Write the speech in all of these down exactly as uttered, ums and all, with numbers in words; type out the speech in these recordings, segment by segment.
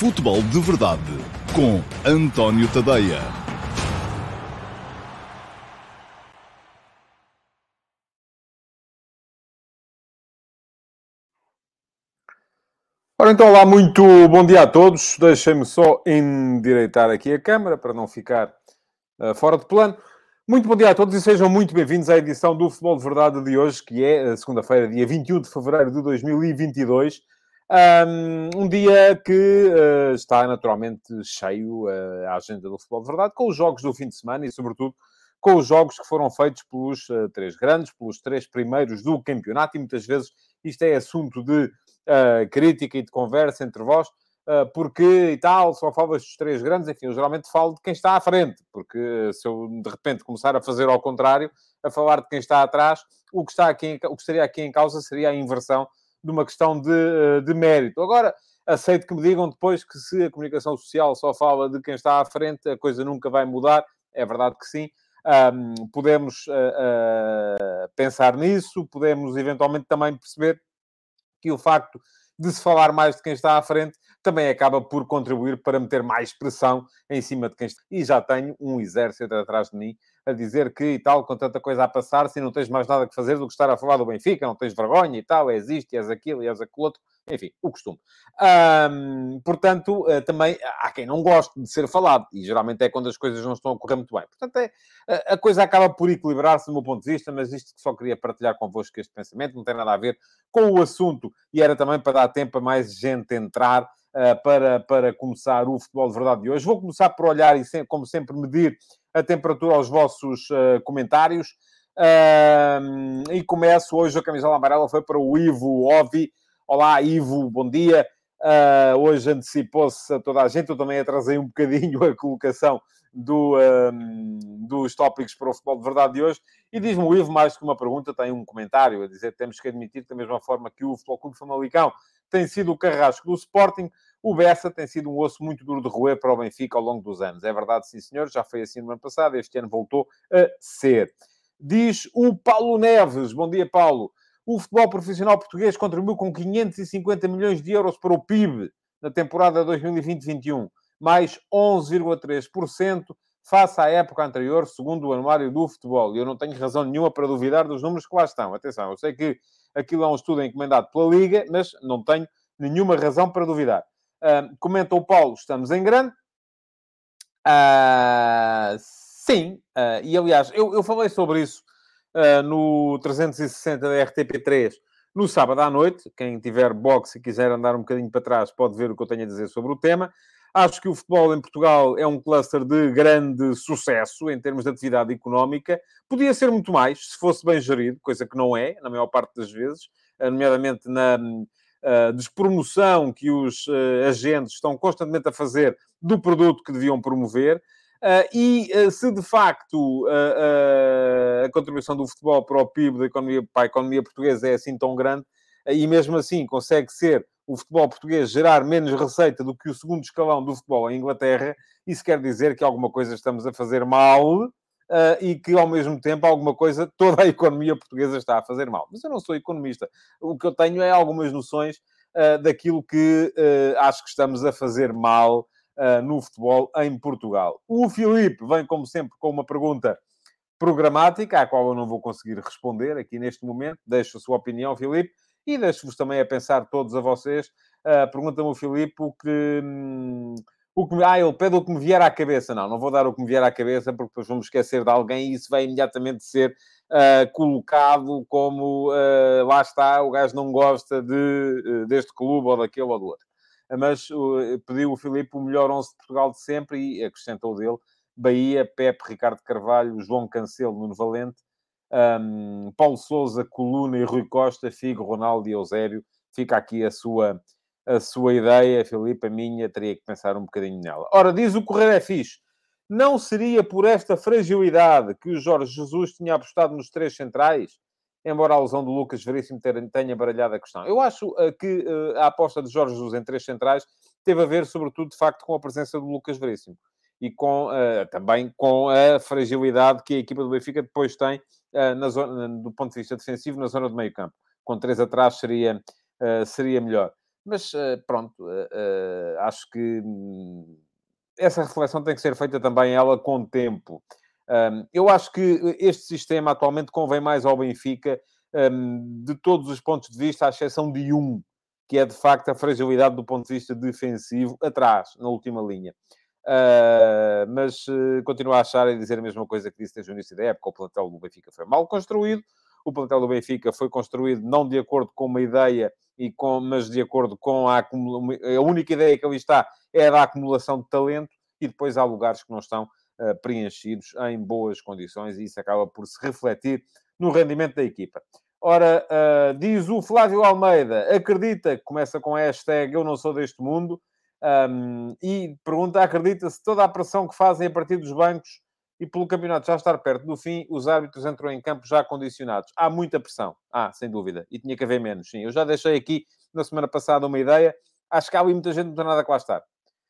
Futebol de Verdade com António Tadeia. Ora então, olá, muito bom dia a todos. Deixem-me só endireitar aqui a câmara para não ficar uh, fora de plano. Muito bom dia a todos e sejam muito bem-vindos à edição do Futebol de Verdade de hoje, que é a segunda-feira, dia vinte e um de fevereiro de dois mil e vinte e dois. Um, um dia que uh, está naturalmente cheio uh, a agenda do Futebol de Verdade, com os jogos do fim de semana e, sobretudo, com os jogos que foram feitos pelos uh, três grandes, pelos três primeiros do campeonato, e muitas vezes isto é assunto de uh, crítica e de conversa entre vós, uh, porque e tal, só falas dos três grandes, enfim, eu geralmente falo de quem está à frente, porque uh, se eu de repente começar a fazer ao contrário, a falar de quem está atrás, o que, está aqui em, o que estaria aqui em causa seria a inversão de uma questão de, de mérito. Agora, aceito que me digam depois que se a comunicação social só fala de quem está à frente, a coisa nunca vai mudar. É verdade que sim. Um, podemos uh, uh, pensar nisso, podemos eventualmente também perceber que o facto de se falar mais de quem está à frente também acaba por contribuir para meter mais pressão em cima de quem está. E já tenho um exército atrás de mim a dizer que e tal, com tanta coisa a passar, se não tens mais nada que fazer do que estar a falar do Benfica, não tens vergonha e tal, és isto, és aquilo, és aquilo outro. Enfim, o costume. Hum, portanto, também há quem não goste de ser falado. E geralmente é quando as coisas não estão a correr muito bem. Portanto, é, a coisa acaba por equilibrar-se do meu ponto de vista, mas isto que só queria partilhar convosco este pensamento, não tem nada a ver com o assunto. E era também para dar tempo a mais gente entrar uh, para, para começar o Futebol de Verdade de hoje. Vou começar por olhar e, como sempre, medir a temperatura aos vossos uh, comentários. Uh, e começo hoje, a camisola amarela foi para o Ivo Ovi. Olá, Ivo, bom dia. Uh, hoje antecipou-se a toda a gente. Eu também atrasei um bocadinho a colocação do, um, dos tópicos para o Futebol de Verdade de hoje. E diz-me o Ivo, mais que uma pergunta, tem um comentário a dizer que temos que admitir que, da mesma forma que o Futebol Clube Famalicão tem sido o carrasco do Sporting, o Bessa tem sido um osso muito duro de roer para o Benfica ao longo dos anos. É verdade, sim, senhor. Já foi assim no ano passado. Este ano voltou a ser. Diz o Paulo Neves. Bom dia, Paulo. O futebol profissional português contribuiu com quinhentos e cinquenta milhões de euros para o P I B na temporada dois mil e vinte vinte e um, mais onze vírgula três por cento face à época anterior, segundo o Anuário do Futebol. E eu não tenho razão nenhuma para duvidar dos números que lá estão. Atenção, eu sei que aquilo é um estudo encomendado pela Liga, mas não tenho nenhuma razão para duvidar. Uh, comenta o Paulo, estamos em grande. Uh, sim, uh, e aliás, eu, eu falei sobre isso Uh, no trezentos e sessenta da R T P três, no sábado à noite. Quem tiver boxe e quiser andar um bocadinho para trás, pode ver o que eu tenho a dizer sobre o tema. Acho que o futebol em Portugal é um cluster de grande sucesso em termos de atividade económica. Podia ser muito mais, se fosse bem gerido, coisa que não é, na maior parte das vezes, nomeadamente na uh, despromoção que os uh, agentes estão constantemente a fazer do produto que deviam promover. Uh, e uh, se de facto uh, uh, a contribuição do futebol para o P I B da economia, para a economia portuguesa é assim tão grande, uh, e mesmo assim consegue ser o futebol português gerar menos receita do que o segundo escalão do futebol em Inglaterra, isso quer dizer que alguma coisa estamos a fazer mal, uh, e que ao mesmo tempo alguma coisa toda a economia portuguesa está a fazer mal. Mas eu não sou economista. O que eu tenho é algumas noções uh, daquilo que uh, acho que estamos a fazer mal Uh, no futebol em Portugal. O Filipe vem, como sempre, com uma pergunta programática, à qual eu não vou conseguir responder aqui neste momento. Deixo a sua opinião, Filipe, e deixo-vos também a pensar todos a vocês. Uh, Pergunta-me o Filipe o que... Hum, o que... Ah, ele pede o que me vier à cabeça. Não, não vou dar o que me vier à cabeça, porque depois vamos esquecer de alguém e isso vai imediatamente ser uh, colocado como... Uh, lá está, o gajo não gosta de, uh, deste clube ou daquele ou do outro. Mas uh, pediu o Filipe o melhor onze de Portugal de sempre e acrescentou dele Bahia, Pepe, Ricardo Carvalho, João Cancelo, Nuno Valente, um, Paulo Sousa, Coluna e Rui Costa, Figo, Ronaldo e Eusébio. Fica aqui a sua, a sua ideia, Filipe, a minha, teria que pensar um bocadinho nela. Ora, diz o Correio é fixe. Não seria por esta fragilidade que o Jorge Jesus tinha apostado nos três centrais? Embora a lesão do Lucas Veríssimo tenha baralhado a questão. Eu acho uh, que uh, a aposta de Jorge Jesus em três centrais teve a ver, sobretudo, de facto, com a presença do Lucas Veríssimo. E com, uh, também com a fragilidade que a equipa do Benfica depois tem, uh, na zona, do ponto de vista defensivo, na zona do meio campo. Com três atrás seria, uh, seria melhor. Mas, uh, pronto, uh, uh, acho que hum, essa reflexão tem que ser feita também ela com tempo. Um, eu acho que este sistema atualmente convém mais ao Benfica, um, de todos os pontos de vista, à exceção de um, que é de facto a fragilidade do ponto de vista defensivo, atrás, na última linha. Uh, mas uh, continuo a achar e dizer a mesma coisa que disse desde o início da época: o plantel do Benfica foi mal construído, o plantel do Benfica foi construído não de acordo com uma ideia, e com, mas de acordo com a acumulação. A única ideia que ali está é a da acumulação de talento, e depois há lugares que não estão uh, preenchidos em boas condições, e isso acaba por se refletir no rendimento da equipa. Ora, uh, diz o Flávio Almeida, acredita, começa com a hashtag eu não sou deste mundo, um, e pergunta, acredita-se toda a pressão que fazem a partir dos bancos e pelo campeonato já estar perto do fim, os árbitros entram em campo já condicionados. Há muita pressão. Ah, sem dúvida. E tinha que haver menos, sim. Eu já deixei aqui, na semana passada, uma ideia. Acho que há ali muita gente que não tem nada que lá estar.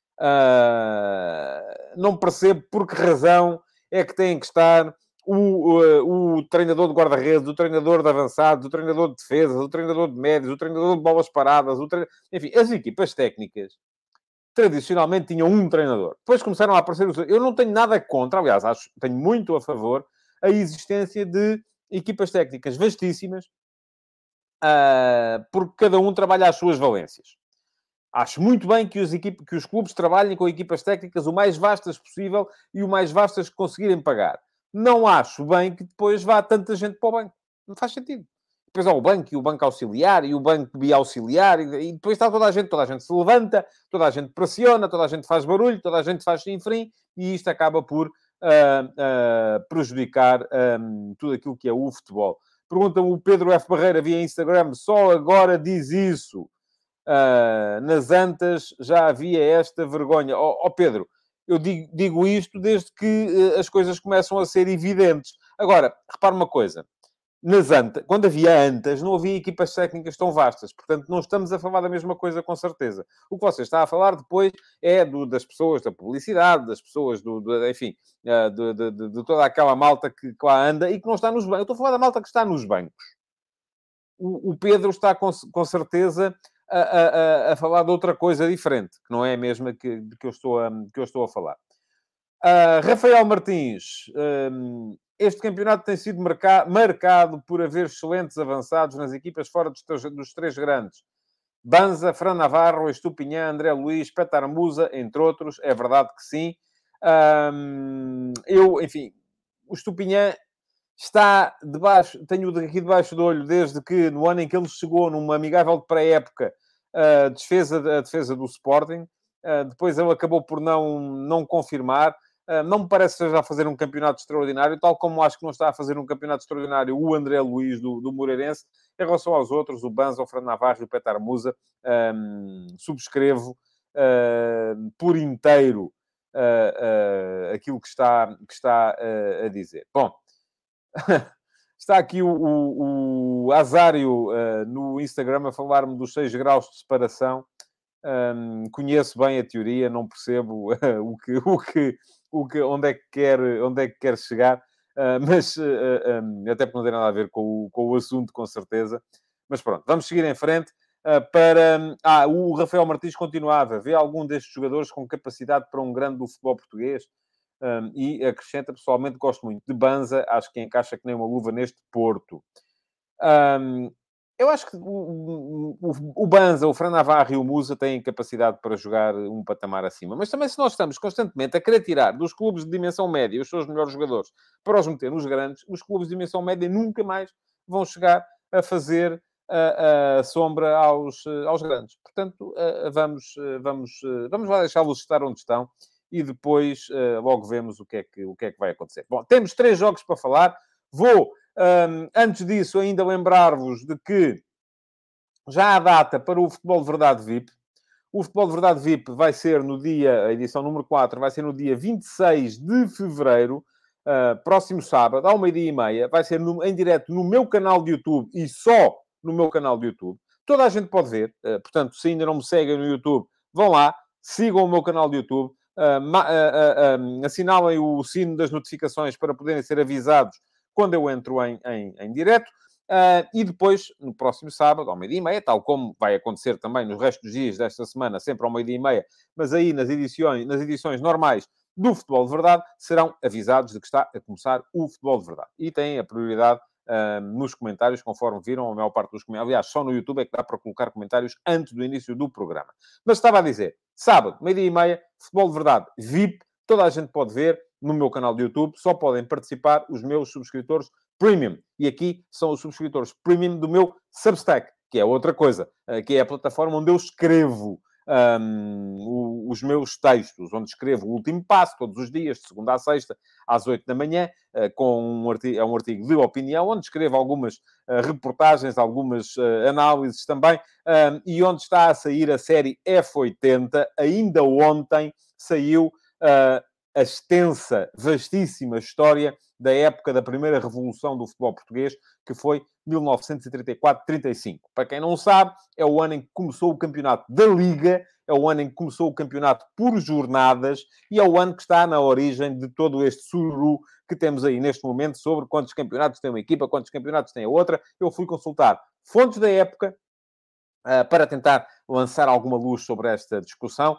Uh, não percebo por que razão é que têm que estar o, o, o treinador de guarda-redes, o treinador de avançados, o treinador de defesas, o treinador de médios, o treinador de bolas paradas, o tre... enfim, as equipas técnicas tradicionalmente tinham um treinador. Depois começaram a aparecer os... Eu não tenho nada contra, aliás, acho, tenho muito a favor a existência de equipas técnicas vastíssimas, uh, porque cada um trabalha as suas valências. Acho muito bem que os, equipe, que os clubes trabalhem com equipas técnicas o mais vastas possível e o mais vastas que conseguirem pagar. Não acho bem que depois vá tanta gente para o banco. Não faz sentido. Depois há o banco e o banco auxiliar e o banco biauxiliar e, e depois está toda a gente. Toda a gente se levanta, toda a gente pressiona, toda a gente faz barulho, toda a gente faz chinfrim e isto acaba por uh, uh, prejudicar um, tudo aquilo que é o futebol. Pergunta-me o Pedro F. Barreira via Instagram, só agora diz isso. Uh, nas Antas já havia esta vergonha. Ó oh, oh Pedro, eu digo, digo isto desde que uh, as coisas começam a ser evidentes. Agora, repara uma coisa. Nas Antas, quando havia Antas, não havia equipas técnicas tão vastas. Portanto, não estamos a falar da mesma coisa, com certeza. O que você está a falar depois é do, das pessoas da publicidade, das pessoas, do, do enfim, uh, de, de, de, de toda aquela malta que, que lá anda e que não está nos bancos. Eu estou a falar da malta que está nos bancos. O, o Pedro está, com, com certeza... A, a, a falar de outra coisa diferente, que não é a mesma que, que, eu, estou a, que eu estou a falar. Uh, Rafael Martins, um, este campeonato tem sido marca, marcado por haver excelentes avançados nas equipas fora dos, dos três grandes. Banza, Fran Navarro, Estupinhã, André Luiz, Petar Musa, entre outros. É verdade que sim. Um, eu, enfim, o Estupinhã está debaixo, tenho aqui debaixo do olho desde que, no ano em que ele chegou numa amigável de pré-época, a defesa, a defesa do Sporting. Uh, depois ele acabou por não, não confirmar. Uh, não me parece que esteja a fazer um campeonato extraordinário, tal como acho que não está a fazer um campeonato extraordinário o André Luiz, do, do Moreirense. Em relação aos outros, o Banza, o Fran Navarro e o Petar Musa, um, subscrevo uh, por inteiro uh, uh, aquilo que está, que está uh, a dizer. Bom, está aqui o, o, o Azário uh, no Instagram a falar-me dos seis graus de separação. Um, conheço bem a teoria, não percebo uh, o que, o que, o que, onde, é que quer, onde é que quer chegar, uh, mas uh, um, até porque não tem nada a ver com o, com o assunto, com certeza. Mas pronto, vamos seguir em frente. Uh, para... Ah, o Rafael Martins continuava. Vê algum destes jogadores com capacidade para um grande do futebol português? Um, e acrescenta, pessoalmente, gosto muito de Banza. Acho que encaixa que nem uma luva neste Porto. Um, eu acho que o, o, o Banza, o Fran Navarro e o Musa têm capacidade para jogar um patamar acima. Mas também, se nós estamos constantemente a querer tirar dos clubes de dimensão média os seus melhores jogadores para os meter nos grandes, os clubes de dimensão média nunca mais vão chegar a fazer a, a sombra aos, aos grandes. Portanto, vamos, vamos, vamos lá deixá-los estar onde estão e depois logo vemos o que é que, o que é que vai acontecer. Bom, temos três jogos para falar. Vou... Um, antes disso, ainda lembrar-vos de que já há data para o Futebol de Verdade V I P. O Futebol de Verdade V I P vai ser no dia, a edição número quatro, vai ser no dia vinte e seis de fevereiro, uh, próximo sábado, ao meio-dia e meia. Vai ser no, em direto no meu canal de YouTube e só no meu canal de YouTube. Toda a gente pode ver. Uh, portanto, se ainda não me seguem no YouTube, vão lá, sigam o meu canal de YouTube, uh, ma- uh, uh, uh, assinalem o sino das notificações para poderem ser avisados quando eu entro em, em, em direto. Uh, e depois, no próximo sábado, ao meio-dia e meia, tal como vai acontecer também nos restos dos dias desta semana, sempre ao meio-dia e meia, mas aí nas edições, nas edições normais do Futebol de Verdade, serão avisados de que está a começar o Futebol de Verdade. E têm a prioridade uh, nos comentários, conforme viram, a maior parte dos comentários. Aliás, só no YouTube é que dá para colocar comentários antes do início do programa. Mas estava a dizer, sábado, meio-dia e meia, Futebol de Verdade V I P, toda a gente pode ver no meu canal de YouTube, só podem participar os meus subscritores Premium. E aqui são os subscritores Premium do meu Substack, que é outra coisa, que é a plataforma onde eu escrevo um, os meus textos, onde escrevo o último passo, todos os dias, de segunda a sexta, às oito da manhã, com um artigo, é um artigo de opinião, onde escrevo algumas uh, reportagens, algumas uh, análises também, um, e onde está a sair a série F oitenta. Ainda ontem saiu uh, a extensa, vastíssima história da época da primeira revolução do futebol português, que foi mil novecentos e trinta e quatro trinta e cinco. Para quem não sabe, é o ano em que começou o campeonato da Liga, é o ano em que começou o campeonato por jornadas e é o ano que está na origem de todo este sururu que temos aí neste momento sobre quantos campeonatos tem uma equipa, quantos campeonatos tem a outra. Eu fui consultar fontes da época, Uh, para tentar lançar alguma luz sobre esta discussão.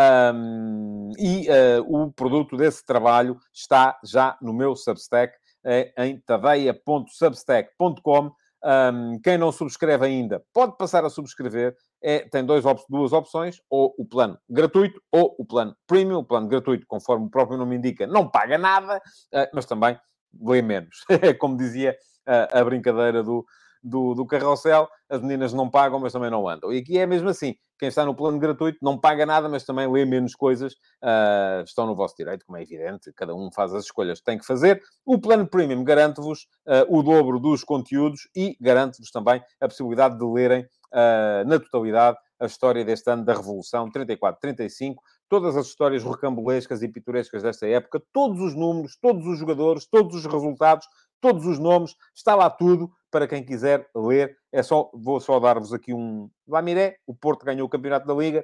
Um, e uh, o produto desse trabalho está já no meu Substack, uh, em tadeia ponto substack ponto com. Um, quem não subscreve ainda pode passar a subscrever. É, tem dois op- duas opções, ou o plano gratuito ou o plano premium. O plano gratuito, conforme o próprio nome indica, não paga nada, uh, mas também lê menos. Como dizia uh, a brincadeira do Do, do carrossel, as meninas não pagam, mas também não andam. E aqui é mesmo assim. Quem está no plano gratuito não paga nada, mas também lê menos coisas. Uh, estão no vosso direito, como é evidente. Cada um faz as escolhas que tem que fazer. O plano premium garante-vos uh, o dobro dos conteúdos e garante-vos também a possibilidade de lerem uh, na totalidade a história deste ano da Revolução trinta e quatro trinta e cinco. Todas as histórias rocambolescas e pitorescas desta época. Todos os números, todos os jogadores, todos os resultados, todos os nomes. Está lá tudo. Para quem quiser ler, é só, vou só dar-vos aqui um lamiré. O Porto ganhou o Campeonato da Liga,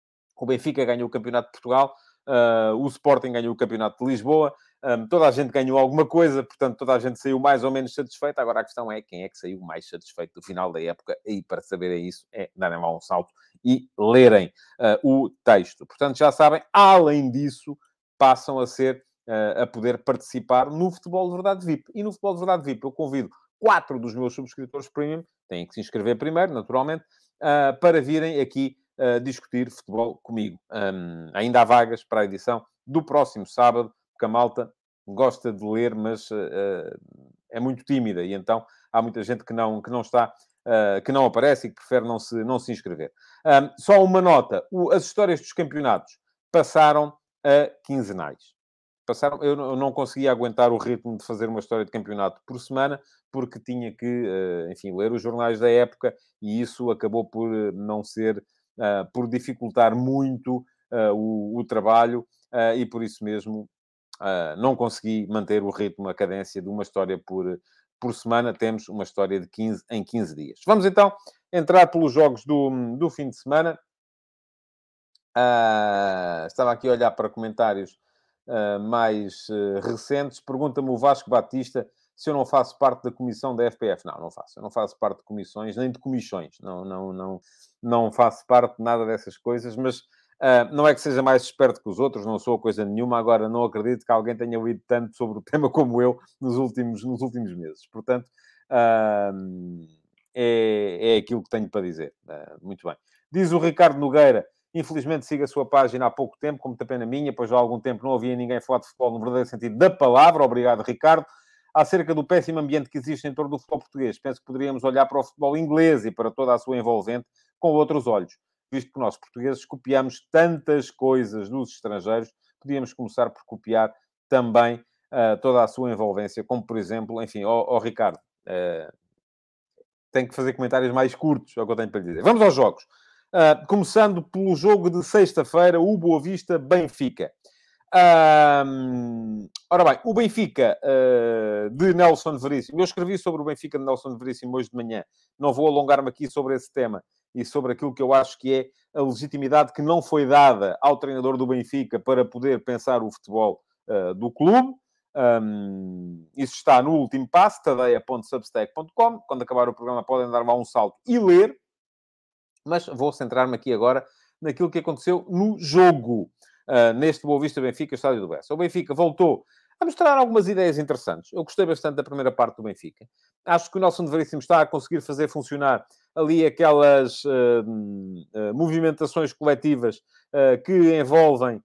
o Benfica ganhou o Campeonato de Portugal, uh, o Sporting ganhou o Campeonato de Lisboa, um, toda a gente ganhou alguma coisa, portanto, toda a gente saiu mais ou menos satisfeita. Agora a questão é quem é que saiu mais satisfeito do final da época, e para saberem isso é darem lá um salto e lerem uh, o texto. Portanto, já sabem, além disso, passam a ser, uh, a poder participar no Futebol de Verdade V I P. E no Futebol de Verdade V I P eu convido quatro dos meus subscritores premium, têm que se inscrever primeiro, naturalmente, uh, para virem aqui uh, discutir futebol comigo. Um, ainda há vagas para a edição do próximo sábado, porque a malta gosta de ler, mas uh, é muito tímida, e então há muita gente que não, que não está, uh, que não aparece e que prefere não se, não se inscrever. Um, só uma nota, o, as histórias dos campeonatos passaram a quinzenais. Passaram, eu não conseguia aguentar o ritmo de fazer uma história de campeonato por semana, porque tinha que, enfim, ler os jornais da época, e isso acabou por não ser, por dificultar muito o, o trabalho, e por isso mesmo não consegui manter o ritmo, a cadência de uma história por, por semana. Temos uma história de quinze em quinze dias. Vamos então entrar pelos jogos do, do fim de semana. Uh, estava aqui a olhar para comentários Uh, mais uh, recentes. Pergunta-me o Vasco Batista se eu não faço parte da comissão da F P F. Não, não faço. Eu não faço parte de comissões, nem de comissões. Não, não, não, não faço parte de nada dessas coisas, mas uh, não é que seja mais esperto que os outros, não sou coisa nenhuma. Agora, não acredito que alguém tenha lido tanto sobre o tema como eu nos últimos, nos últimos meses. Portanto, uh, é, é aquilo que tenho para dizer. Uh, muito bem. Diz o Ricardo Nogueira: infelizmente sigo a sua página há pouco tempo, como também na minha, pois há algum tempo não havia ninguém falar de futebol no verdadeiro sentido da palavra. Obrigado, Ricardo. Acerca do péssimo ambiente que existe em torno do futebol português, penso que poderíamos olhar para o futebol inglês e para toda a sua envolvente com outros olhos, visto que nós, portugueses, copiamos tantas coisas dos estrangeiros, podíamos começar por copiar também uh, toda a sua envolvência, como, por exemplo, enfim, ó oh, oh, Ricardo, uh, tenho que fazer comentários mais curtos, é o que eu tenho para lhe dizer. Vamos aos jogos. Uh, começando pelo jogo de sexta-feira, o Boa Vista-Benfica. Uh, ora bem, o Benfica uh, de Nelson Veríssimo. Eu escrevi sobre o Benfica de Nelson Veríssimo hoje de manhã. Não vou alongar-me aqui sobre esse tema e sobre aquilo que eu acho que é a legitimidade que não foi dada ao treinador do Benfica para poder pensar o futebol uh, do clube. Um, isso está no último passo, tadeia ponto substack ponto com. Quando acabar o programa podem dar lá um salto e ler. Mas vou centrar-me aqui agora naquilo que aconteceu no jogo. Uh, neste Boa Vista Benfica, estádio do Bessa. O Benfica voltou a mostrar algumas ideias interessantes. Eu gostei bastante da primeira parte do Benfica. Acho que o Nelson de Veríssimo está a conseguir fazer funcionar ali aquelas uh, uh, movimentações coletivas uh, que envolvem...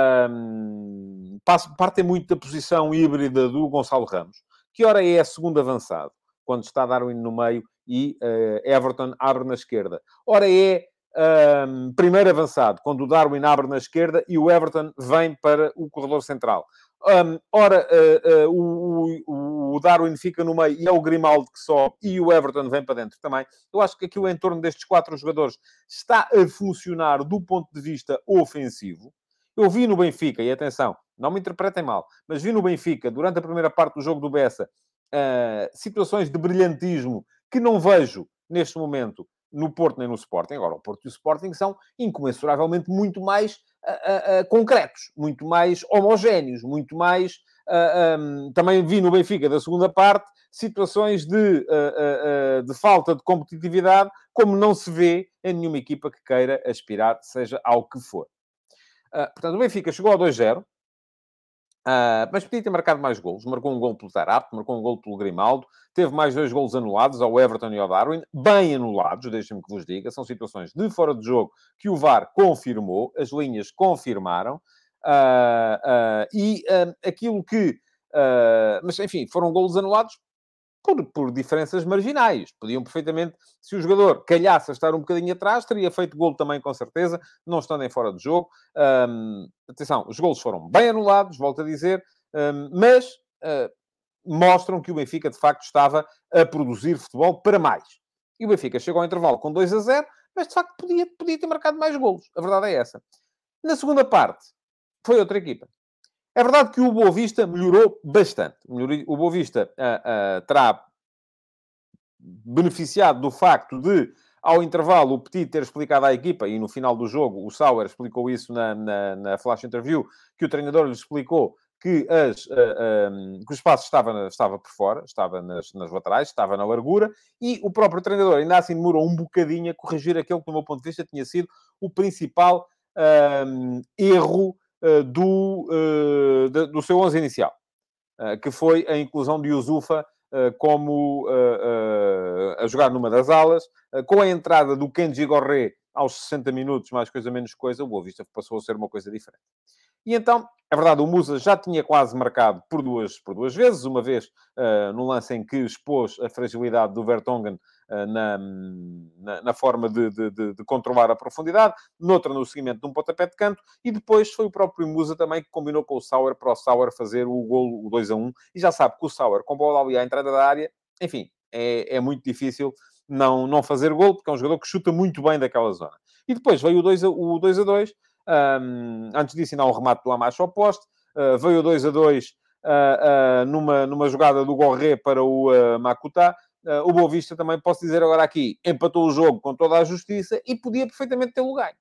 Um, partem muito da posição híbrida do Gonçalo Ramos, que ora é segundo avançado, quando está Darwin no meio e uh, Everton abre na esquerda. Ora é um, primeiro avançado, quando o Darwin abre na esquerda e o Everton vem para o corredor central. Um, ora, uh, uh, o, o Darwin fica no meio e é o Grimaldo que sobe e o Everton vem para dentro também. Eu acho que aquilo em torno destes quatro jogadores está a funcionar do ponto de vista ofensivo. Eu vi no Benfica, e atenção, não me interpretem mal, mas vi no Benfica, durante a primeira parte do jogo do Bessa, uh, situações de brilhantismo que não vejo, neste momento, no Porto nem no Sporting. Agora, o Porto e o Sporting são incomensuravelmente muito mais uh, uh, uh, concretos, muito mais homogéneos, muito mais... Uh, um, também vi no Benfica, da segunda parte, situações de, uh, uh, uh, de falta de competitividade, como não se vê em nenhuma equipa que queira aspirar, seja ao que for. Uh, portanto, o Benfica chegou ao dois zero, uh, mas podia ter marcado mais golos. Marcou um gol pelo Tarapte, marcou um gol pelo Grimaldo, teve mais dois golos anulados ao Everton e ao Darwin, bem anulados, deixem-me que vos diga. São situações de fora de jogo que o V A R confirmou, as linhas confirmaram, uh, uh, e uh, aquilo que... Uh, mas, enfim, foram golos anulados Por, por diferenças marginais. Podiam perfeitamente, se o jogador calhasse a estar um bocadinho atrás, teria feito golo também, com certeza, não estando em fora de jogo. Um, atenção, os golos foram bem anulados, volto a dizer, um, mas uh, mostram que o Benfica, de facto, estava a produzir futebol para mais. E o Benfica chegou ao intervalo com dois a zero, mas, de facto, podia, podia ter marcado mais golos. A verdade é essa. Na segunda parte, foi outra equipa. É verdade que o Boa Vista melhorou bastante. O Boa Vista uh, uh, terá beneficiado do facto de, ao intervalo, o Petit ter explicado à equipa, e no final do jogo o Sauer explicou isso na, na, na flash interview, que o treinador lhe explicou que, as, uh, um, que o espaço estava, estava por fora, estava nas, nas laterais, estava na largura, e o próprio treinador ainda assim demorou um bocadinho a corrigir aquele que, do meu ponto de vista, tinha sido o principal um, erro Do, uh, do seu onze inicial, uh, que foi a inclusão de Yusufa uh, como uh, uh, a jogar numa das alas, uh, com a entrada do Kenji Gorré aos sessenta minutos, mais coisa menos coisa, o Boa Vista passou a ser uma coisa diferente. E então, é verdade, o Musa já tinha quase marcado por duas, por duas vezes, uma vez uh, no lance em que expôs a fragilidade do Vertonghen uh, na, na, na forma de, de, de, de controlar a profundidade, noutra no seguimento de um pontapé de canto, e depois foi o próprio Musa também que combinou com o Sauer para o Sauer fazer o golo, o dois a um, e já sabe que o Sauer, com bola ali à entrada da área, enfim, é, é muito difícil não, não fazer golo, porque é um jogador que chuta muito bem daquela zona. E depois veio o dois a dois, Um, antes disso, ainda há um remate do Amacho ao poste. Uh, veio o dois a dois uh, uh, numa, numa jogada do Gorré para o uh, Makuta. Uh, o Boa Vista também, posso dizer agora aqui, empatou o jogo com toda a justiça e podia perfeitamente tê-lo ganho.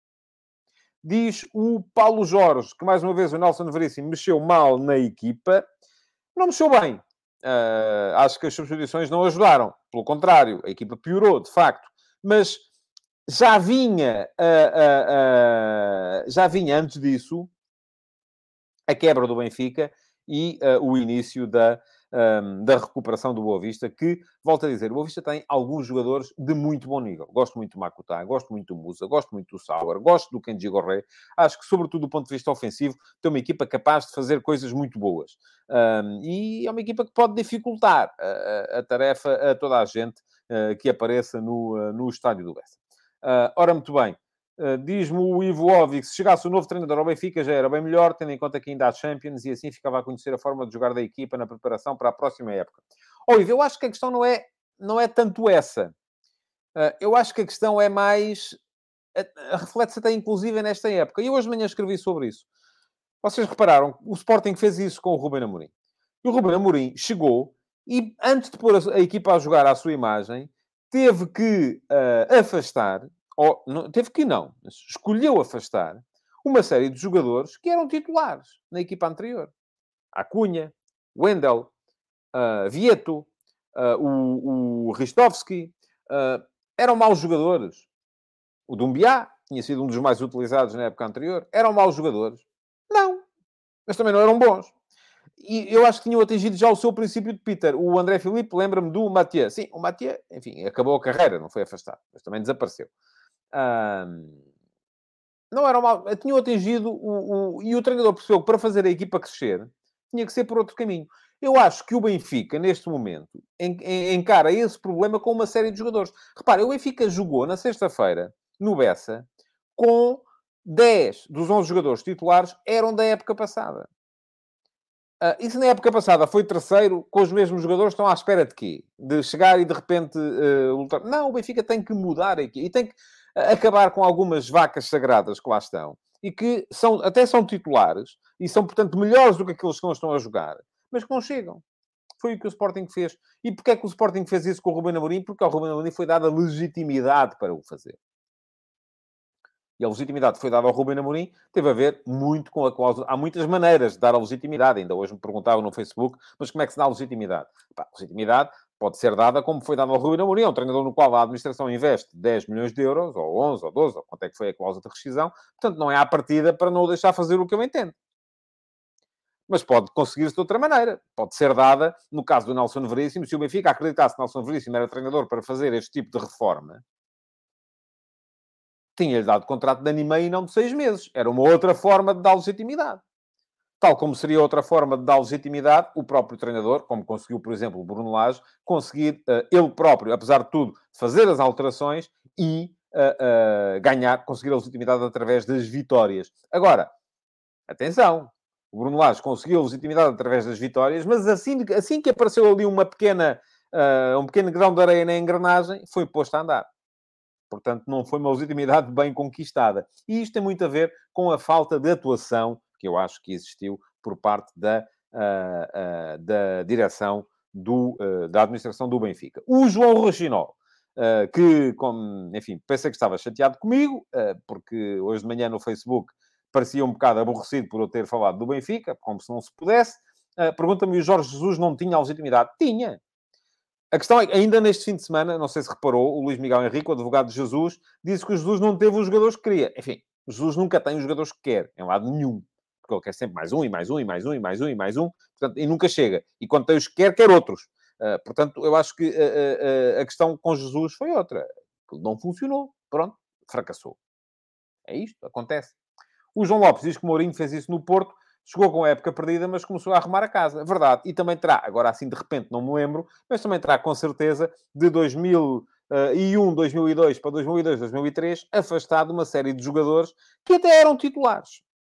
Diz o Paulo Jorge, que mais uma vez o Nelson Veríssimo mexeu mal na equipa. Não mexeu bem. Uh, acho que as substituições não ajudaram. Pelo contrário, a equipa piorou, de facto. Mas... Já vinha, uh, uh, uh, já vinha antes disso a quebra do Benfica e uh, o início da, um, da recuperação do Boa Vista, que, volto a dizer, o Boa Vista tem alguns jogadores de muito bom nível. Gosto muito do Makuta, gosto muito do Musa, gosto muito do Sauer, gosto do Kenji Gorré. Acho que, sobretudo do ponto de vista ofensivo, tem uma equipa capaz de fazer coisas muito boas. Um, e é uma equipa que pode dificultar a, a, a tarefa a toda a gente uh, que apareça no, uh, no estádio do Bessa. Uh, ora, muito bem. Uh, diz-me o Ivo Óbvio que se chegasse o novo treinador ao Benfica já era bem melhor, tendo em conta que ainda há Champions, e assim ficava a conhecer a forma de jogar da equipa na preparação para a próxima época. Ó, Ivo, eu acho que a questão não é, não é tanto essa. Uh, eu acho que a questão é mais... Uh, reflete-se até inclusive nesta época. E eu hoje de manhã escrevi sobre isso. Vocês repararam, o Sporting fez isso com o Ruben Amorim. E o Ruben Amorim chegou e, antes de pôr a, a equipa a jogar à sua imagem, teve que uh, afastar, ou não, teve que não, escolheu afastar uma série de jogadores que eram titulares na equipa anterior. A Cunha, Wendel, uh, Vieto, uh, o, o Ristovski, uh, eram maus jogadores. O Doumbia tinha sido um dos mais utilizados na época anterior. Eram maus jogadores? Não. Mas também não eram bons. E eu acho que tinham atingido já o seu princípio de Peter. O André Filipe lembra-me do Mathieu. Sim, o Mathieu, enfim, acabou a carreira, não foi afastado, mas também desapareceu. Um, não eram mal, tinham atingido o, o... E o treinador percebeu que para fazer a equipa crescer, tinha que ser por outro caminho. Eu acho que o Benfica, neste momento, encara esse problema com uma série de jogadores. Repare, o Benfica jogou na sexta-feira, no Bessa, com dez dos onze jogadores titulares eram da época passada. Uh, e se na época passada foi terceiro, com os mesmos jogadores, estão à espera de quê? De chegar e de repente uh, lutar? Não, o Benfica tem que mudar aqui. E tem que uh, acabar com algumas vacas sagradas que lá estão. E que são, até são titulares. E são, portanto, melhores do que aqueles que não estão a jogar. Mas que não chegam. Foi o que o Sporting fez. E porquê é que o Sporting fez isso com o Ruben Amorim? Porque ao Ruben Amorim foi dada legitimidade para o fazer. E a legitimidade que foi dada ao Ruben Amorim teve a ver muito com a cláusula. Há muitas maneiras de dar a legitimidade. Ainda hoje me perguntavam no Facebook, mas como é que se dá a legitimidade? Pá, a legitimidade pode ser dada como foi dada ao Ruben Amorim, é um treinador no qual a administração investe dez milhões de euros, ou onze, ou doze, ou quanto é que foi a cláusula de rescisão. Portanto, não é à partida para não o deixar fazer o que eu entendo. Mas pode conseguir-se de outra maneira. Pode ser dada, no caso do Nelson Veríssimo, se o Benfica acreditasse que Nelson Veríssimo era treinador para fazer este tipo de reforma, tinha-lhe dado contrato de ano e meio e não de seis meses. Era uma outra forma de dar legitimidade. Tal como seria outra forma de dar legitimidade o próprio treinador, como conseguiu, por exemplo, o Bruno Lage, conseguir uh, ele próprio, apesar de tudo, fazer as alterações e uh, uh, ganhar, conseguir a legitimidade através das vitórias. Agora, atenção, o Bruno Lage conseguiu a legitimidade através das vitórias, mas assim, assim que apareceu ali uma pequena, uh, um pequeno grão de areia na engrenagem, foi posto a andar. Portanto, não foi uma legitimidade bem conquistada. E isto tem muito a ver com a falta de atuação que eu acho que existiu por parte da, uh, uh, da direção do, uh, da administração do Benfica. O João Rochinol, uh, que, como, enfim, pensei que estava chateado comigo, uh, porque hoje de manhã no Facebook parecia um bocado aborrecido por eu ter falado do Benfica, como se não se pudesse. Uh, pergunta-me, o Jorge Jesus não tinha legitimidade? Tinha. A questão é que, ainda neste fim de semana, não sei se reparou, o Luís Miguel Henrique, o advogado de Jesus, disse que o Jesus não teve os jogadores que queria. Enfim, o Jesus nunca tem os jogadores que quer, em lado nenhum. Porque ele quer sempre mais um, e mais um, e mais um, e mais um, e mais um. Portanto, e nunca chega. E quando tem os que quer, quer outros. Uh, portanto, eu acho que uh, uh, a questão com Jesus foi outra. Que não funcionou. Pronto, fracassou. É isto, acontece. O João Lopes diz que o Mourinho fez isso no Porto. Chegou com a época perdida, mas começou a arrumar a casa. Verdade. E também terá, agora assim de repente não me lembro, mas também terá com certeza de dois mil e um, dois mil e dois para dois mil e dois, dois mil e três, afastado uma série de jogadores que até eram titulares.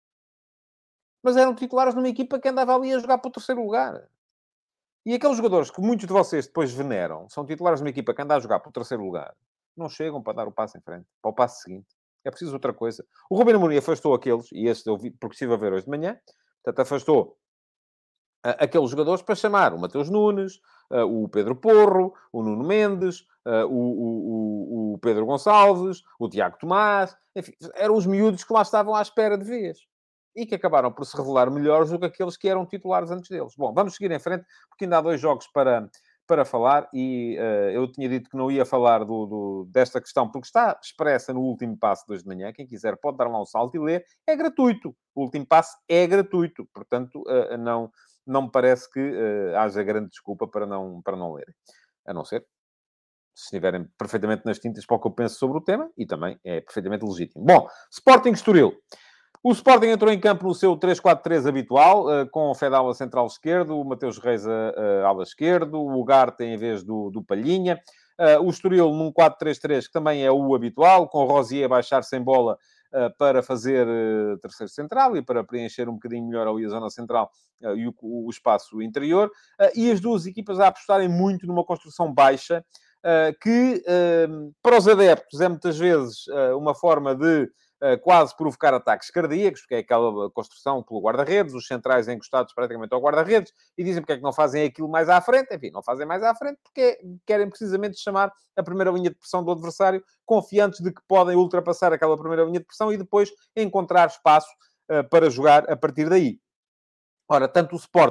Mas eram titulares numa equipa que andava ali a jogar para o terceiro lugar. E aqueles jogadores que muitos de vocês depois veneram, são titulares numa equipa que anda a jogar para o terceiro lugar, não chegam para dar o passo em frente, para o passo seguinte. É preciso outra coisa. O Ruben Amorim afastou aqueles, e este eu vi, porque estive a ver hoje de manhã, portanto, afastou uh, aqueles jogadores para chamar o Mateus Nunes, uh, o Pedro Porro, o Nuno Mendes, uh, o, o, o Pedro Gonçalves, o Tiago Tomás, enfim, eram os miúdos que lá estavam à espera de vez. E que acabaram por se revelar melhores do que aqueles que eram titulares antes deles. Bom, vamos seguir em frente, porque ainda há dois jogos para, para falar, e uh, eu tinha dito que não ia falar do, do, desta questão, porque está expressa no último passo de hoje de manhã. Quem quiser pode dar lá um salto e ler. É gratuito. O último passo é gratuito. Portanto, uh, não, não me parece que uh, haja grande desculpa para não, para não lerem. A não ser se estiverem perfeitamente nas tintas para o que eu penso sobre o tema, e também é perfeitamente legítimo. Bom, Sporting Estoril. O Sporting entrou em campo no seu três quatro três habitual, com o Fedal a central esquerdo, o Mateus Reis a, a ala esquerdo, o Ugarte em vez do, do Palhinha. O Estoril num quatro três três, que também é o habitual, com o Rosier a baixar sem bola para fazer terceiro central e para preencher um bocadinho melhor ali a zona central e o, o espaço interior. E as duas equipas a apostarem muito numa construção baixa, que para os adeptos é muitas vezes uma forma de Uh, quase provocar ataques cardíacos, porque é aquela construção pelo guarda-redes, os centrais encostados praticamente ao guarda-redes, e dizem porque é que não fazem aquilo mais à frente. Enfim, não fazem mais à frente porque querem precisamente chamar a primeira linha de pressão do adversário, confiantes de que podem ultrapassar aquela primeira linha de pressão e depois encontrar espaço uh, para jogar a partir daí. Ora, tanto o Sporting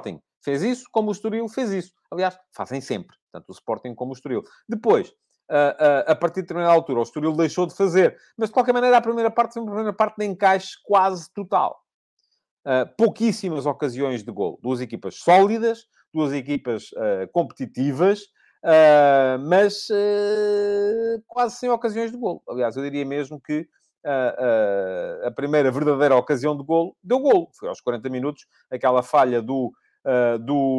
fez isso, como o Estoril fez isso. Aliás, fazem sempre, tanto o Sporting como o Estoril. Depois, a, a, a partir de determinada altura, o Estoril deixou de fazer. Mas, de qualquer maneira, a primeira parte foi uma primeira parte de encaixe quase total. Uh, pouquíssimas ocasiões de gol. Duas equipas sólidas, duas equipas uh, competitivas, uh, mas uh, quase sem ocasiões de gol. Aliás, eu diria mesmo que uh, uh, a primeira verdadeira ocasião de gol deu gol. Foi aos quarenta minutos, aquela falha do, uh,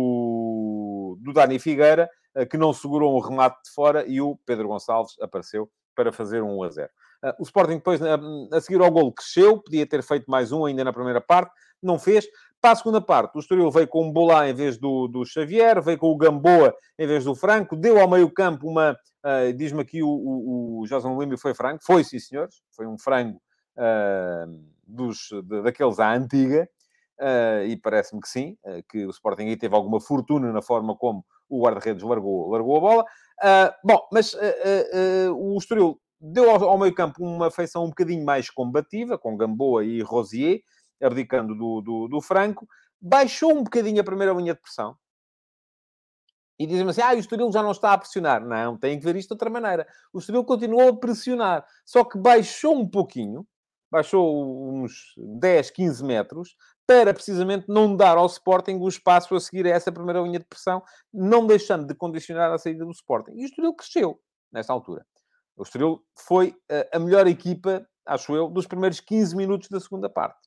do, do Dani Figueira, uh, que não segurou um remate de fora, e o Pedro Gonçalves apareceu para fazer um um a zero. Uh, o Sporting depois, uh, a seguir ao golo, cresceu, podia ter feito mais um ainda na primeira parte, não fez. Para a segunda parte, o Estoril veio com o Bolá em vez do, do Xavier, veio com o Gamboa em vez do Franco, deu ao meio-campo uma... Uh, diz-me aqui o, o, o José Limbo foi frango. Foi, sim, senhores. Foi um frango uh, dos, de, daqueles à antiga. Uh, e parece-me que sim, uh, que o Sporting aí teve alguma fortuna na forma como o guarda-redes largou, largou a bola. Uh, bom, mas uh, uh, uh, o Estoril deu ao, ao meio-campo uma feição um bocadinho mais combativa, com Gamboa e Rosier, abdicando do, do, do Franco, baixou um bocadinho a primeira linha de pressão. E dizem-me assim, ah, o Estoril já não está a pressionar. Não, tem que ver isto de outra maneira. O Estoril continuou a pressionar, só que baixou um pouquinho, baixou uns dez, quinze metros, para precisamente não dar ao Sporting o espaço a seguir a essa primeira linha de pressão, não deixando de condicionar a saída do Sporting. E o Estoril cresceu, nessa altura. O Estoril foi a melhor equipa, acho eu, dos primeiros quinze minutos da segunda parte.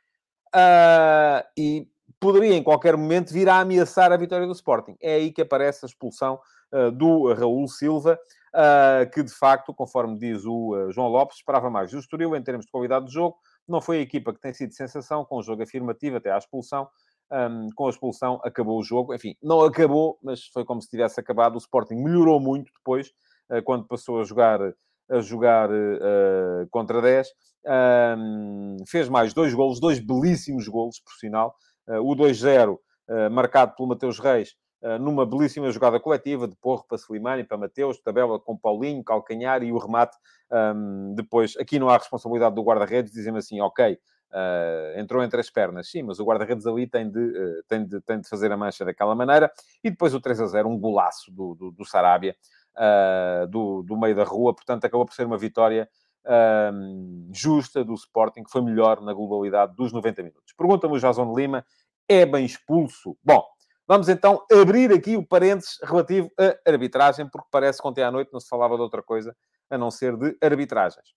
Uh, e poderia, em qualquer momento, vir a ameaçar a vitória do Sporting. É aí que aparece a expulsão uh, do Raul Silva, uh, que, de facto, conforme diz o uh, João Lopes, esperava mais do Estoril em termos de qualidade de jogo. Não foi a equipa que tem sido sensação, com o jogo afirmativo até à expulsão. Um, com a expulsão, acabou o jogo. Enfim, não acabou, mas foi como se tivesse acabado. O Sporting melhorou muito depois, uh, quando passou a jogar... a jogar uh, contra dez, um, fez mais dois golos, dois belíssimos golos, por sinal. Uh, o dois zero, uh, marcado pelo Mateus Reis, uh, numa belíssima jogada coletiva, de Porro para Slimani, para Mateus, tabela com Paulinho, calcanhar e o remate. Um, depois, aqui não há responsabilidade do guarda-redes, dizem-me assim, ok, uh, entrou entre as pernas. Sim, mas o guarda-redes ali tem de, uh, tem, de, tem de fazer a mancha daquela maneira. E depois o três a zero, um golaço do, do, do Sarabia, Uh, do, do meio da rua, portanto acabou por ser uma vitória uh, justa do Sporting, que foi melhor na globalidade dos noventa minutos. Pergunta-me o Jason Lima, é bem expulso? Bom, vamos então abrir aqui o parênteses relativo à arbitragem, porque parece que ontem à noite não se falava de outra coisa, a não ser de arbitragens.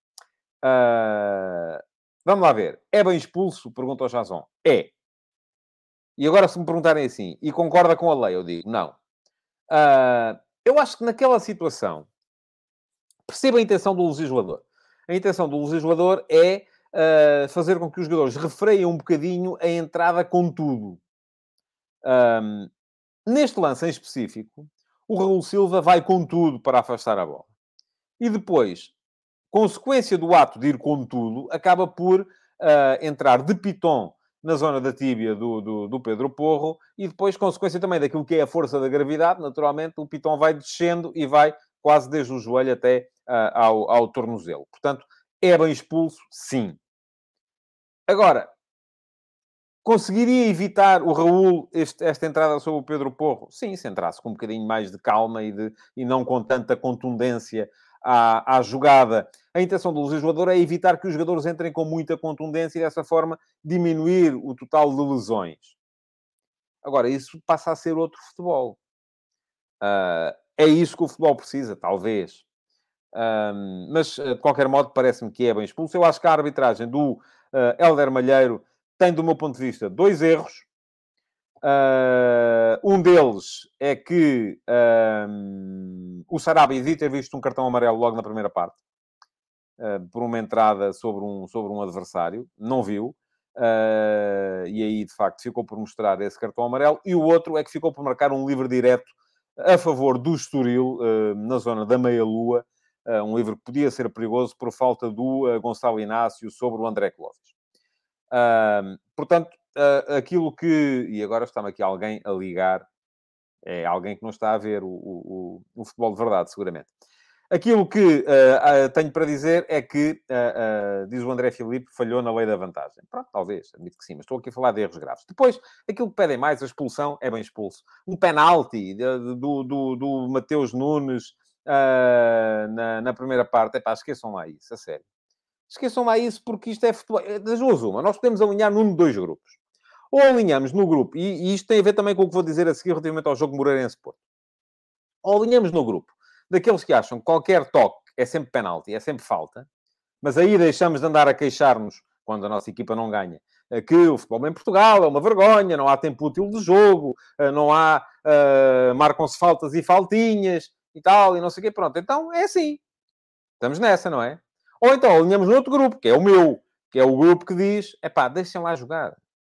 Uh, vamos lá ver, é bem expulso? Pergunta o Jason. É. E agora se me perguntarem assim, e concorda com a lei, eu digo, não. Uh, Eu acho que naquela situação, perceba a intenção do legislador. A intenção do legislador é uh, fazer com que os jogadores refreiem um bocadinho a entrada com tudo. Um, neste lance em específico, o Raul Silva vai com tudo para afastar a bola. E depois, consequência do ato de ir com tudo, acaba por uh, entrar de piton na zona da tíbia do, do, do Pedro Porro, e depois, consequência também daquilo que é a força da gravidade, naturalmente, o pitão vai descendo e vai quase desde o joelho até uh, ao, ao tornozelo. Portanto, é bem expulso? Sim. Agora, conseguiria evitar o Raul este, esta entrada sobre o Pedro Porro? Sim, se entrasse com um bocadinho mais de calma e, de, e não com tanta contundência à, à jogada. A intenção do legislador é evitar que os jogadores entrem com muita contundência e, dessa forma, diminuir o total de lesões. Agora, isso passa a ser outro futebol. Uh, é isso que o futebol precisa, talvez. Um, mas, de qualquer modo, parece-me que é bem expulso. Eu acho que a arbitragem do uh, Hélder Malheiro tem, do meu ponto de vista, dois erros. Uh, um deles é que um, o Sarabia devia ter visto um cartão amarelo logo na primeira parte, uh, por uma entrada sobre um, sobre um adversário. Não viu. Uh, e aí, de facto, ficou por mostrar esse cartão amarelo. E o outro é que ficou por marcar um livre direto a favor do Estoril, uh, na zona da meia-lua. Uh, um livro que podia ser perigoso por falta do uh, Gonçalo Inácio sobre o André Clóvis. Uh, portanto, uh, aquilo que... E agora está-me aqui alguém a ligar. É alguém que não está a ver o, o, o futebol de verdade, seguramente. Aquilo que uh, uh, tenho para dizer é que, uh, uh, diz o André Filipe, falhou na lei da vantagem. Pronto, talvez, admito que sim, mas estou aqui a falar de erros graves. Depois, aquilo que pedem mais, a expulsão, é bem expulso. Um penalti do, do, do Mateus Nunes uh, na, na primeira parte, epá, esqueçam lá isso, a sério. Esqueçam lá isso, porque isto é futebol. Das duas uma, nós podemos alinhar num de dois grupos. Ou alinhamos no grupo, e, e isto tem a ver também com o que vou dizer a seguir relativamente ao jogo Moreirense-Porto. Ou alinhamos no grupo daqueles que acham que qualquer toque é sempre penalti, é sempre falta, mas aí deixamos de andar a queixar-nos, quando a nossa equipa não ganha, que o futebol em Portugal é uma vergonha, não há tempo útil de jogo, não há... Uh, marcam-se faltas e faltinhas, e tal, e não sei o quê. Pronto, então é assim. Estamos nessa, não é? Ou então alinhamos no outro grupo, que é o meu, que é o grupo que diz, epá, deixem lá jogar.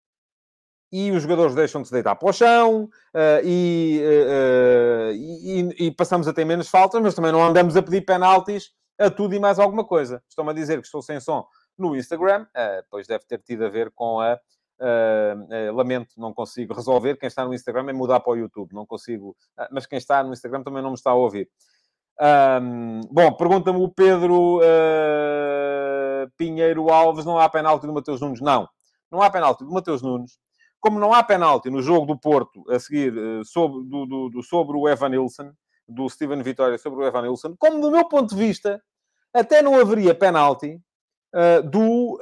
E os jogadores deixam de se deitar para o chão, uh, e, uh, e, e passamos a ter menos faltas, mas também não andamos a pedir penaltis a tudo e mais alguma coisa. Estão-me a dizer que estou sem som no Instagram, uh, pois deve ter tido a ver com a... Uh, uh, lamento, não consigo resolver. Quem está no Instagram é mudar para o YouTube, não consigo... Uh, mas quem está no Instagram também não me está a ouvir. Um, bom, pergunta-me o Pedro uh, Pinheiro Alves, não há penalti do Mateus Nunes? Não, não há penalti do Mateus Nunes. Como não há penalti no jogo do Porto, a seguir, uh, sobre, do, do, do, sobre o Evanilson, do Steven Vitória sobre o Evanilson, como do meu ponto de vista, até não haveria penalti uh, do...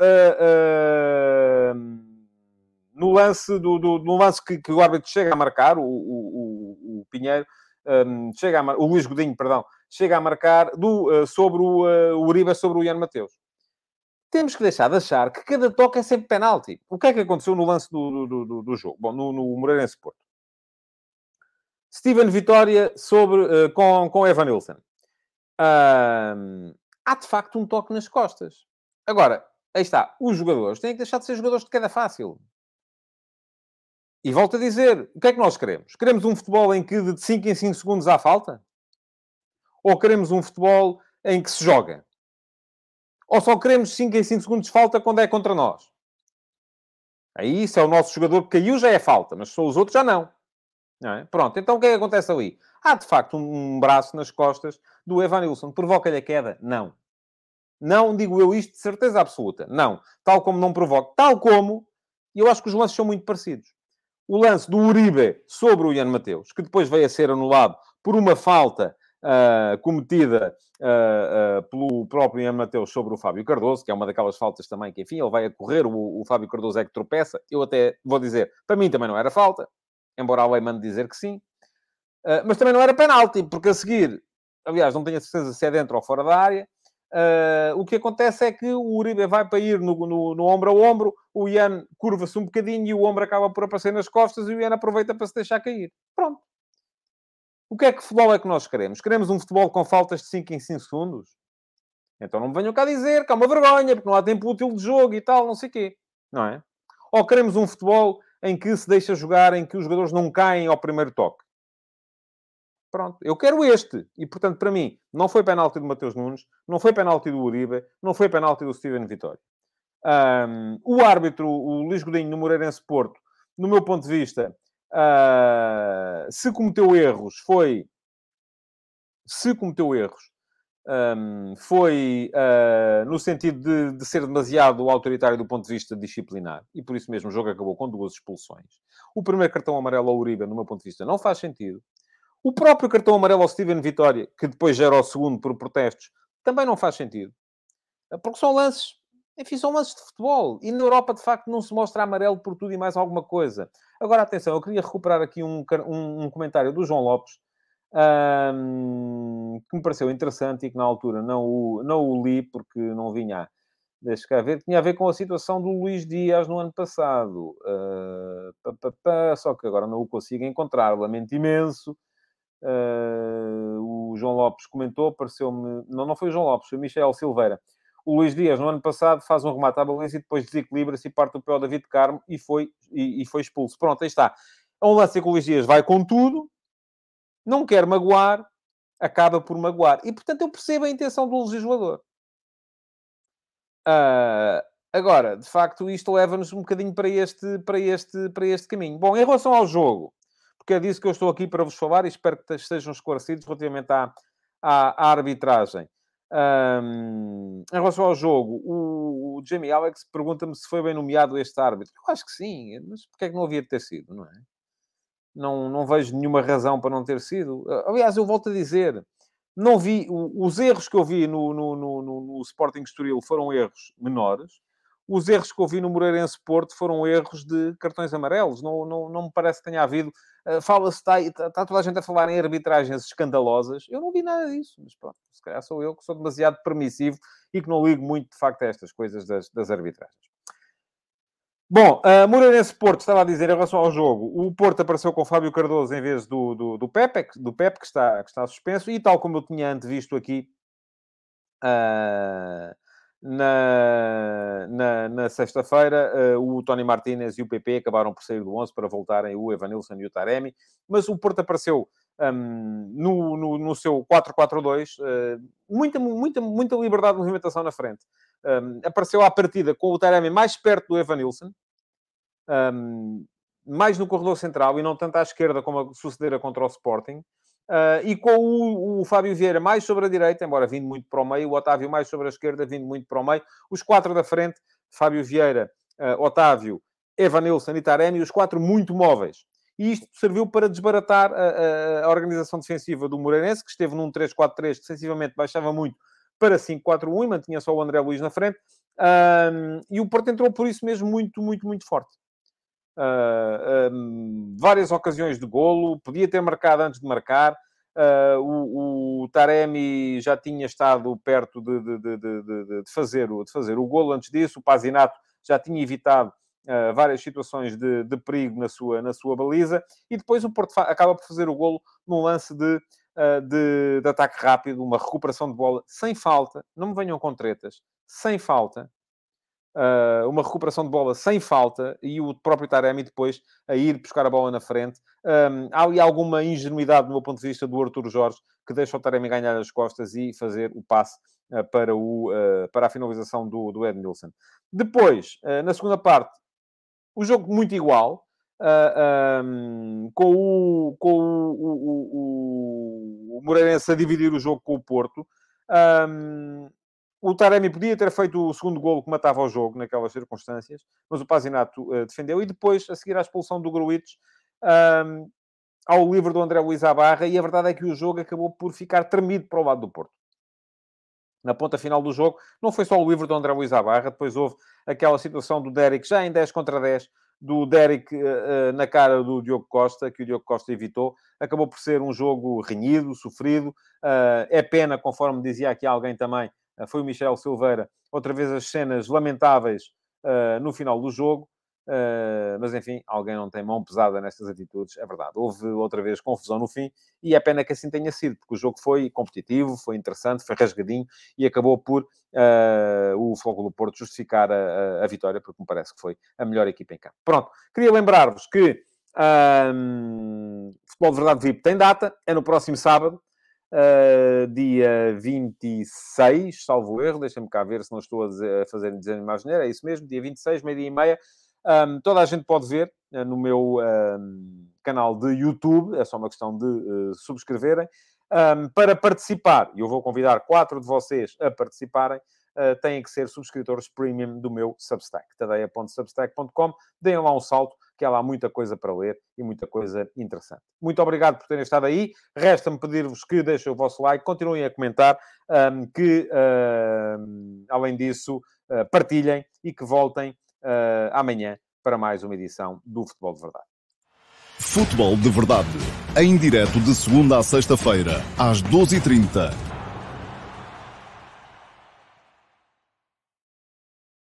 Uh, uh, no lance, do, do, no lance que, que o árbitro chega a marcar, o, o, o, o Pinheiro, um, chega a mar... o Luís Godinho, perdão, chega a marcar do, uh, sobre o, uh, o Uribe sobre o Ian Mateus. Temos que deixar de achar que cada toque é sempre penalti. O que é que aconteceu no lance do, do, do, do jogo? Bom, no, no Moreirense-Porto. Steven Vitória sobre, uh, com, com Evanilson. Uh, há, de facto, um toque nas costas. Agora, aí está. Os jogadores têm que deixar de ser jogadores de queda fácil. E volto a dizer, o que é que nós queremos? Queremos um futebol em que de cinco em cinco segundos há falta? Ou queremos um futebol em que se joga? Ou só queremos cinco em cinco segundos de falta quando é contra nós? Aí, se é o nosso jogador que caiu, já é falta. Mas se são os outros, já não. Não é? Pronto, então o que é que acontece ali? Há, de facto, um, um braço nas costas do Evanilson. Provoca-lhe a queda? Não. Não digo eu isto de certeza absoluta. Não. Tal como não provoca. Tal como... E eu acho que os lances são muito parecidos. O lance do Uribe sobre o Ian Mateus, que depois veio a ser anulado por uma falta uh, cometida uh, uh, pelo próprio Ian Mateus sobre o Fábio Cardoso, que é uma daquelas faltas também que, enfim, ele vai a correr, o, o Fábio Cardoso é que tropeça. Eu até vou dizer, para mim também não era falta, embora a lei mande dizer que sim. Uh, mas também não era penalti, porque a seguir, aliás, não tenho a certeza se é dentro ou fora da área, Uh, o que acontece é que o Uribe vai para ir no, no, no ombro a ombro, o Ian curva-se um bocadinho e o ombro acaba por aparecer nas costas e o Ian aproveita para se deixar cair. Pronto. O que é que futebol é que nós queremos? Queremos um futebol com faltas de cinco em cinco segundos? Então não me venham cá dizer que é uma vergonha, porque não há tempo útil de jogo e tal, não sei o quê. Não é? Ou queremos um futebol em que se deixa jogar, em que os jogadores não caem ao primeiro toque? Pronto, eu quero este. E, portanto, para mim, não foi penalti do Mateus Nunes, não foi penalti do Uribe, não foi penalti do Steven Vitória. Um, o árbitro, o Luís Godinho, no Moreirense Porto, no meu ponto de vista, uh, se cometeu erros, foi... Se cometeu erros, um, foi uh, no sentido de, de ser demasiado autoritário do ponto de vista disciplinar. E, por isso mesmo, o jogo acabou com duas expulsões. O primeiro cartão amarelo ao Uribe, no meu ponto de vista, não faz sentido. O próprio cartão amarelo ao Steven Vitória, que depois gera o segundo por protestos, também não faz sentido. Porque são lances, enfim, são lances de futebol. E na Europa, de facto, não se mostra amarelo por tudo e mais alguma coisa. Agora, atenção, eu queria recuperar aqui um, um, um comentário do João Lopes, um, que me pareceu interessante e que na altura não o, não o li, porque não vinha... Deixa cá ver. Tinha a ver com a situação do Luís Dias no ano passado. Uh, pá, pá, pá, só que agora não o consigo encontrar. Lamento imenso. Uh, o João Lopes comentou, pareceu-me... Não, não foi o João Lopes, foi o Michel Silveira. O Luís Dias, no ano passado, faz um remate à baliza e depois desequilibra-se e parte o pé ao David Carmo e foi, e, e foi expulso. Pronto, aí está. É um lance que o Luís Dias vai com tudo, não quer magoar, acaba por magoar. E, portanto, eu percebo a intenção do legislador. Uh, agora, de facto, isto leva-nos um bocadinho para este, para, este, para este caminho. Bom, em relação ao jogo... porque é disso que eu estou aqui para vos falar e espero que estejam esclarecidos relativamente à, à, à arbitragem. Um, em relação ao jogo, o, o Jamie Alex pergunta-me se foi bem nomeado este árbitro. Eu acho que sim, mas porque é que não havia de ter sido, não é? Não, não vejo nenhuma razão para não ter sido. Aliás, eu volto a dizer, não vi... Os erros que eu vi no, no, no, no Sporting Estoril foram erros menores. Os erros que eu vi no Moreirense Porto foram erros de cartões amarelos. Não, não, não me parece que tenha havido... Uh, Fala-se, está, está toda a gente a falar em arbitragens escandalosas. Eu não vi nada disso. Mas pronto, se calhar sou eu que sou demasiado permissivo e que não ligo muito, de facto, a estas coisas das, das arbitragens. Bom, uh, Moreirense Porto, estava a dizer, em relação ao jogo, o Porto apareceu com o Fábio Cardoso em vez do, do, do Pepe, do Pepe que, está, que está suspenso, e tal como eu tinha antevisto aqui uh, na, na, na sexta-feira, uh, o Tony Martínez e o P P acabaram por sair do onze para voltarem o Evanilson e o Taremi, mas o Porto apareceu um, no, no, no seu quatro quatro dois, uh, muita, muita, muita liberdade de movimentação na frente. Um, apareceu à partida com o Taremi mais perto do Evanilson, um, mais no corredor central e não tanto à esquerda como sucedera contra o Sporting, uh, e com o, o Fábio Vieira mais sobre a direita, embora vindo muito para o meio, o Otávio mais sobre a esquerda, vindo muito para o meio, os quatro da frente, Fábio Vieira, uh, Otávio, Evanilson e Taremi, os quatro muito móveis. E isto serviu para desbaratar a, a, a organização defensiva do Moreirense, que esteve num três quatro três, que defensivamente baixava muito para cinco quatro um e mantinha só o André Luiz na frente. Um, e o Porto entrou por isso mesmo muito, muito, muito forte. Uh, um, várias ocasiões de golo, podia ter marcado antes de marcar. Uh, o, o Taremi já tinha estado perto de, de, de, de, de, fazer o, de fazer o golo antes disso. O Pazinato já tinha evitado uh, várias situações de, de perigo na sua, na sua baliza. E depois o Porto acaba por fazer o golo num lance de De, de ataque rápido, uma recuperação de bola sem falta, não me venham com tretas, sem falta, uh, uma recuperação de bola sem falta, e o próprio Taremi depois a ir buscar a bola na frente. Um, há ali alguma ingenuidade, do meu ponto de vista, do Artur Jorge, que deixa o Taremi ganhar as costas e fazer o passe uh, para, o, uh, para a finalização do, do Edenilson. Depois, uh, na segunda parte, o jogo muito igual, Uh, um, com, o, com o, o, o, o Moreirense a dividir o jogo com o Porto. Um, o Taremi podia ter feito o segundo golo que matava o jogo naquelas circunstâncias, mas o Pazinato uh, defendeu. E depois, a seguir à expulsão do Gruitch, um, ao livre do André Luiz à barra, e a verdade é que o jogo acabou por ficar tremido para o lado do Porto. Na ponta final do jogo, não foi só o livre do André Luiz à barra, depois houve aquela situação do Derek já em dez contra dez, do Derek uh, uh, na cara do Diogo Costa, que o Diogo Costa evitou. Acabou por ser um jogo renhido, sofrido. Uh, é pena, conforme dizia aqui alguém também, uh, foi o Michel Silveira, outra vez as cenas lamentáveis uh, no final do jogo. Uh, mas, enfim, alguém não tem mão pesada nestas atitudes, é verdade. Houve, outra vez, confusão no fim, e é pena que assim tenha sido, porque o jogo foi competitivo, foi interessante, foi rasgadinho, e acabou por uh, o Futebol do Porto justificar a, a, a vitória, porque me parece que foi a melhor equipa em campo. Pronto, queria lembrar-vos que um, Futebol de Verdade V I P tem data, é no próximo sábado, uh, dia vinte e seis, salvo erro, deixem-me cá ver se não estou a, dizer, a fazer dizer imaginário, é isso mesmo, dia vinte e seis, meio-dia e meia. Um, toda a gente pode ver uh, no meu um, canal de YouTube, é só uma questão de uh, subscreverem. Um, para participar, e eu vou convidar quatro de vocês a participarem, uh, têm que ser subscritores premium do meu Substack, tadeia ponto substack ponto com. Deem lá um salto, que há lá muita coisa para ler e muita coisa interessante. Muito obrigado por terem estado aí. Resta-me pedir-vos que deixem o vosso like, continuem a comentar, um, que, uh, além disso, uh, partilhem e que voltem Uh, amanhã para mais uma edição do Futebol de Verdade. Futebol de Verdade, em direto de segunda a sexta-feira, às doze e trinta.